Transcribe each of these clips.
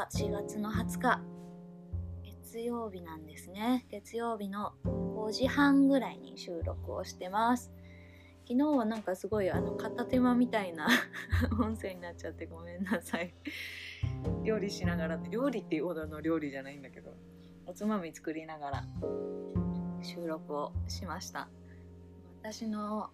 は4月の20日月曜日なんですね。月曜日の5時半ぐらいに収録をしてます。昨日はなんかすごい片手間みたいな音声になっちゃってごめんなさい。料理しながら、料理っていうほどの料理じゃないんだけど、おつまみ作りながら収録をしました。私の、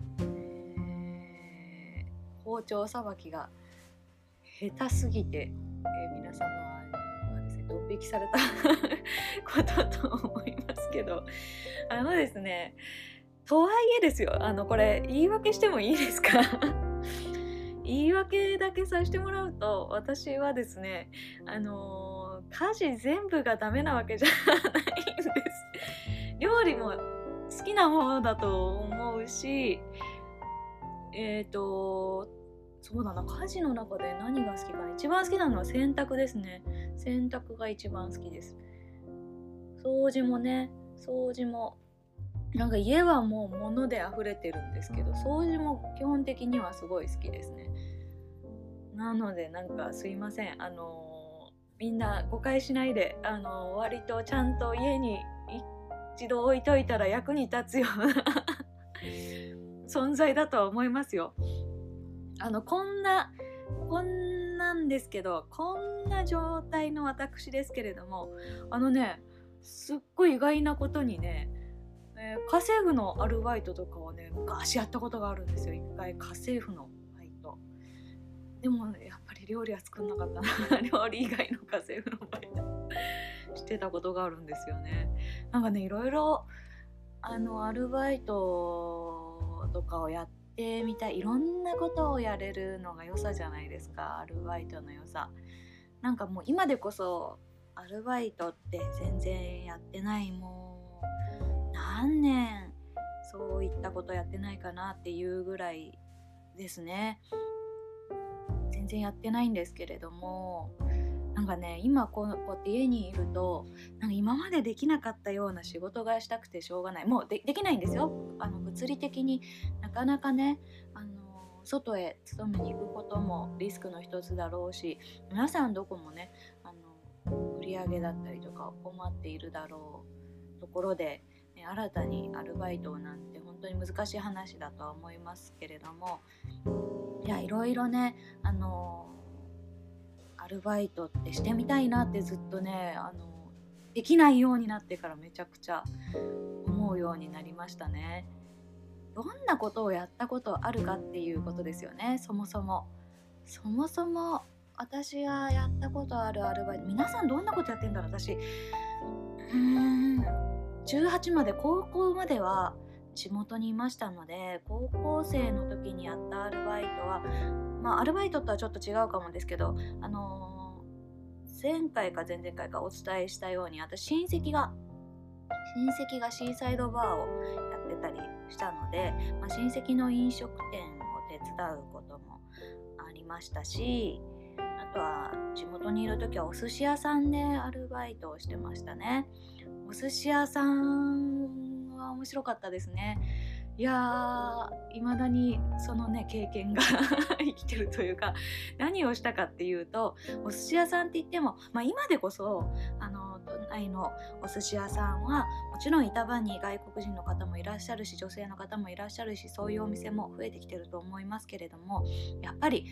包丁さばきが下手すぎて、皆様はですね、ドン引きされたことと思いますけど、ですね、とはいえですよ、これ言い訳してもいいですか？言い訳だけさせてもらうと、私はですね、家事全部がダメなわけじゃないんです。料理も好きな方だと思うし、そうだな、家事の中で何が好きかな。一番好きなのは洗濯ですね。洗濯が一番好きです。掃除もね、なんか家はもう物で溢れてるんですけど、掃除も基本的にはすごい好きですね。なのでなんかすいません、みんな誤解しないで、割とちゃんと家に一度置いといたら役に立つような存在だとは思いますよ。こんなんですけど、こんな状態の私ですけれども、すっごい意外なことにね、家政婦のアルバイトとかをね、昔やったことがあるんですよ。一回家政婦のバイト。でもやっぱり料理は作んなかったな。料理以外の家政婦のバイトしてたことがあるんですよね。なんかね、いろいろアルバイトとかをやってみたい。いろんなことをやれるのが良さじゃないですか、アルバイトの良さ。なんかもう今でこそアルバイトって全然やってない、もう何年そういったことやってないかなっていうぐらいですね。全然やってないんですけれども、なんかね、今こうやって家にいると、なんか今までできなかったような仕事がしたくてしょうがない。もう できないんですよ。物理的になかなかね、外へ勤めに行くこともリスクの一つだろうし、皆さんどこもね、売り上げだったりとか困っているだろうところで、ね、新たにアルバイトなんて本当に難しい話だとは思いますけれども、いや、いろいろね、アルバイトってしてみたいなってずっとね、できないようになってからめちゃくちゃ思うようになりましたね。どんなことをやったことあるかっていうことですよね。そもそも私がやったことあるアルバイト、皆さんどんなことやってんだろう。私18まで、高校までは地元にいましたので、高校生の時にやったアルバイトは、アルバイトとはちょっと違うかもですけど、前回か前々回かお伝えしたように、私親戚がシーサイドバーをやってたりしたので、親戚の飲食店を手伝うこともありましたし、あとは地元にいる時はお寿司屋さんでアルバイトをしてましたね。お寿司屋さんは面白かったですね。いやー、未だにそのね経験が生きてるというか、何をしたかっていうと、お寿司屋さんって言っても、今でこそ都内のお寿司屋さんはもちろん板場に外国人の方もいらっしゃるし、女性の方もいらっしゃるし、そういうお店も増えてきてると思いますけれども、やっぱり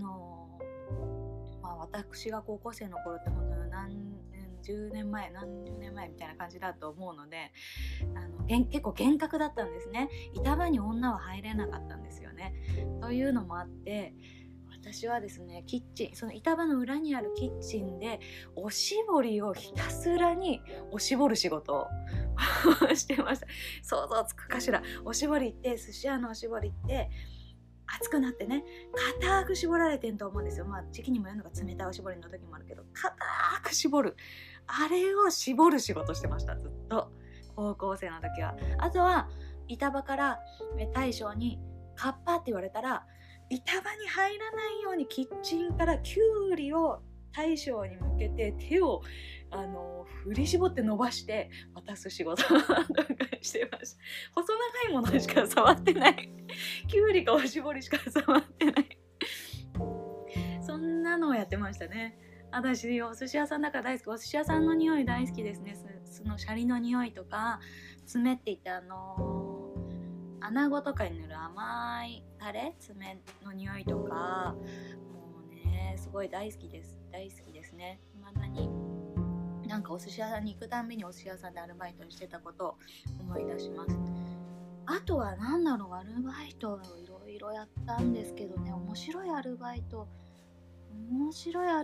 私が高校生の頃って本当に何十年前みたいな感じだと思うので、結構厳格だったんですね。板場に女は入れなかったんですよね。というのもあって、私はですね、キッチン、その板場の裏にあるキッチンでおしぼりをひたすらにおしぼる仕事をしてました。想像つくかしら。おしぼりって寿司屋のおしぼりって熱くなってね、固く絞られてんと思うんですよ。時期にもよるのが冷たいおしぼりの時もあるけど、固く絞る、あれを絞る仕事してました、ずっと高校生の時は。あとは板場から大将にカッパって言われたら、板場に入らないようにキッチンからキュウリを大将に向けて手を振り絞って伸ばして渡す仕事とかしてました。細長いものしか触ってないキュウリかおしぼりしか触ってないそんなのをやってましたね。 私お寿司屋さんだから大好き。お寿司屋さんの匂い大好きですね。そのシャリの匂いとか、爪って言って穴子とかに塗る甘いタレ、爪の匂いとか、もうねすごい大好きですね。未だになんかお寿司屋さんに行くたんびにお寿司屋さんでアルバイトしてたことを思い出します。あとは何だろう、アルバイトいろいろやったんですけどね、面白いアルバイト、面白い。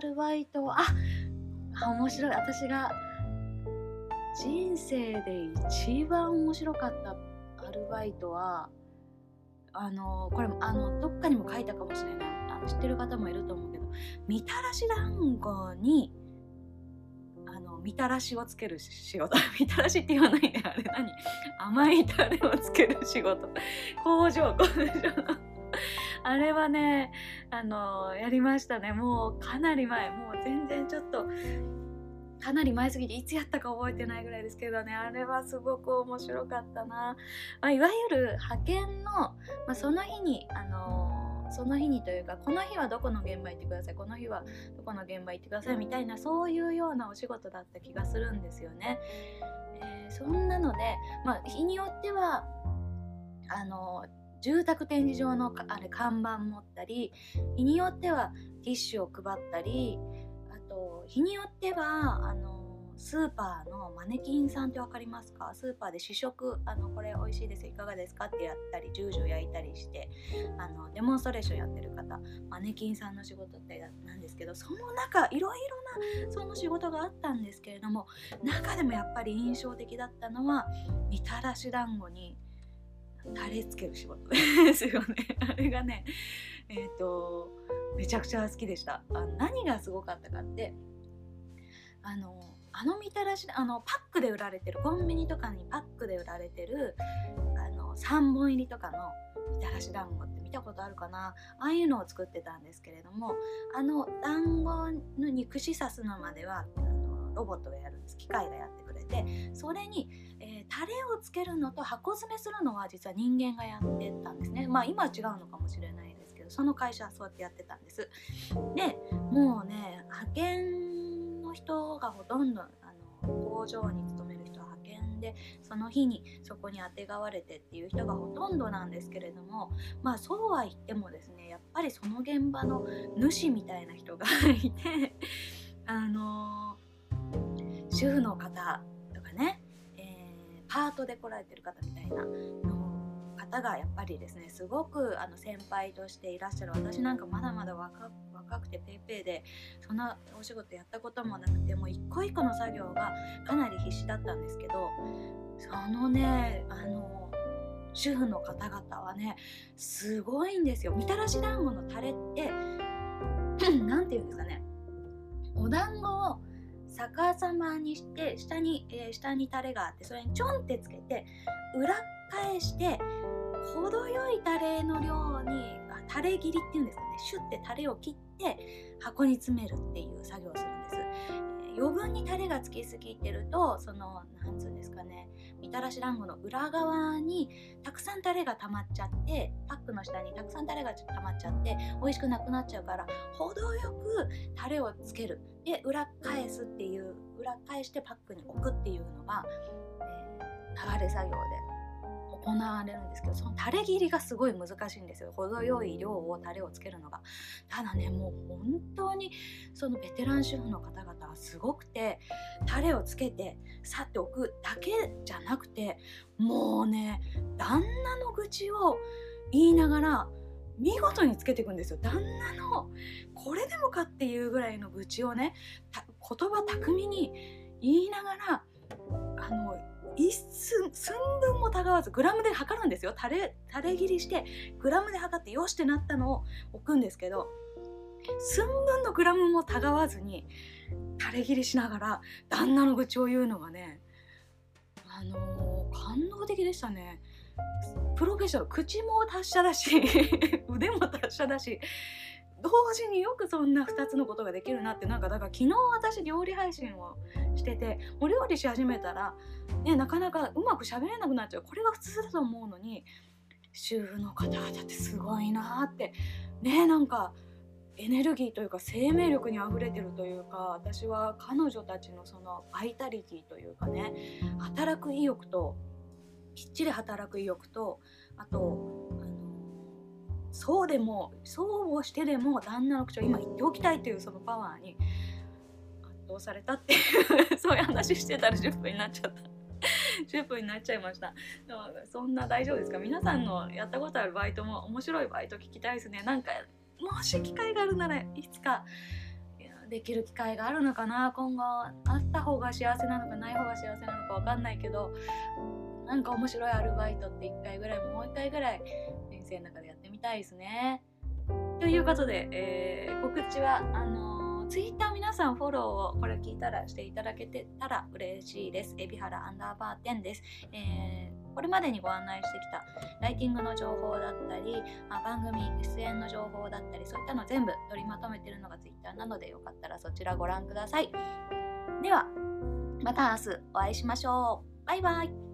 私が人生で一番面白かったアルバイトはこれどっかにも書いたかもしれない、知ってる方もいると思うけど、みたらし団子にみたらしをつける仕事みたらしって言わないね、あれ甘いタレをつける仕事、工場あれはねやりましたね。もうかなり前、もう全然ちょっとかなり前すぎていつやったか覚えてないぐらいですけどね、あれはすごく面白かったな。いわゆる派遣の、その日にというか、この日はどこの現場行ってください、この日はどこの現場行ってくださいみたいな、そういうようなお仕事だった気がするんですよね。そんなので、日によっては住宅展示場の看板持ったり、日によってはティッシュを配ったり、あと日によってはスーパーのマネキンさんって分かりますか？スーパーで試食これ美味しいですいかがですかってやったり、ジュージュ焼いたりしてデモンストレーションやってる方、マネキンさんの仕事ってなんですけど、その中いろいろなその仕事があったんですけれども、中でもやっぱり印象的だったのはみたらし団子にタレつける仕事ですよね。あれがねめちゃくちゃ好きでした。何がすごかったかって、みたらしパックで売られてる、コンビニとかにパックで売られてる3本入りとかのみたらし団子って見たことあるかな。ああいうのを作ってたんですけれども、団子に串刺すのまではロボットがやるんです。機械がやってくれて、それに、タレをつけるのと箱詰めするのは実は人間がやってたんですね。今は違うのかもしれないですけど、その会社はそうやってやってたんです。でもうね、派遣の人がほとんど工場に勤める人は派遣で、その日にそこにあてがわれてっていう人がほとんどなんですけれども、そうは言ってもですね、やっぱりその現場の主みたいな人がいて主婦の方とかね、パートで来られてる方みたいな方がやっぱりですね、すごく先輩としていらっしゃる。私なんかまだまだ若くてペイペイで、そんなお仕事やったこともなくて、もう一個一個の作業がかなり必死だったんですけど、そのね主婦の方々はねすごいんですよ。みたらし団子のタレってなんていうんですかね、お団子を逆さまにして下にタレがあって、それにちょんってつけて裏返して程よいタレの量にタレ切りっていうんですかね、シュッてタレを切って箱に詰めるっていう作業をするんです。余分にタレがつきすぎてると、なんつうんですかね、みたらし団子の裏側にたくさんタレが溜まっちゃって、パックの下にたくさんタレが溜まっちゃって美味しくなくなっちゃうから、程よくタレをつける、で裏返すっていう、裏返してパックに置くっていうのが、流れ作業で行われるんですけど、そのタレ切りがすごい難しいんですよ。程よい量をタレをつけるのが。ただね、もう本当にそのベテラン主婦の方々はすごくて、タレをつけてさっておくだけじゃなくて、もうね旦那の愚痴を言いながら見事につけていくんですよ。旦那のこれでもかっていうぐらいの愚痴をね、言葉巧みに言いながら一寸分もたがわずグラムで測るんですよ。タレ切りしてグラムで測ってよしってなったのを置くんですけど、寸分のグラムもたがわずにタレ切りしながら旦那の愚痴を言うのがね、感動的でしたね。プロフェッショナル、口も達者だし腕も達者だし、同時によくそんな2つのことができるなって。だから昨日私料理配信をしてて、お料理し始めたら、ね、なかなかうまく喋れなくなっちゃう。これが普通だと思うのに、主婦の方々ってすごいなってね。 エネルギーというか生命力にあふれてるというか、私は彼女たちのそのバイタリティというかね、働く意欲と、きっちり働く意欲と、あとそうをしてでも旦那の口を今言っておきたいというそのパワーに圧倒されたっていうそういう話してたら10分になっちゃった10分になっちゃいました。でもそんな大丈夫ですか？皆さんのやったことあるバイトも面白いバイト聞きたいですね。なんかもし機会があるならいつかできる機会があるのかな。今後あった方が幸せなのかない方が幸せなのか分かんないけど、なんか面白いアルバイトって1回ぐらいもう1回ぐらい人生の中でやってみたいですね。ということで、告知はTwitter 皆さんフォローをこれ聞いたらしていただけてたら嬉しいです。海老原_10です。これまでにご案内してきたライティングの情報だったり、番組出演の情報だったり、そういったの全部取りまとめているのが Twitter なので、よかったらそちらご覧ください。ではまた明日お会いしましょう。バイバイ。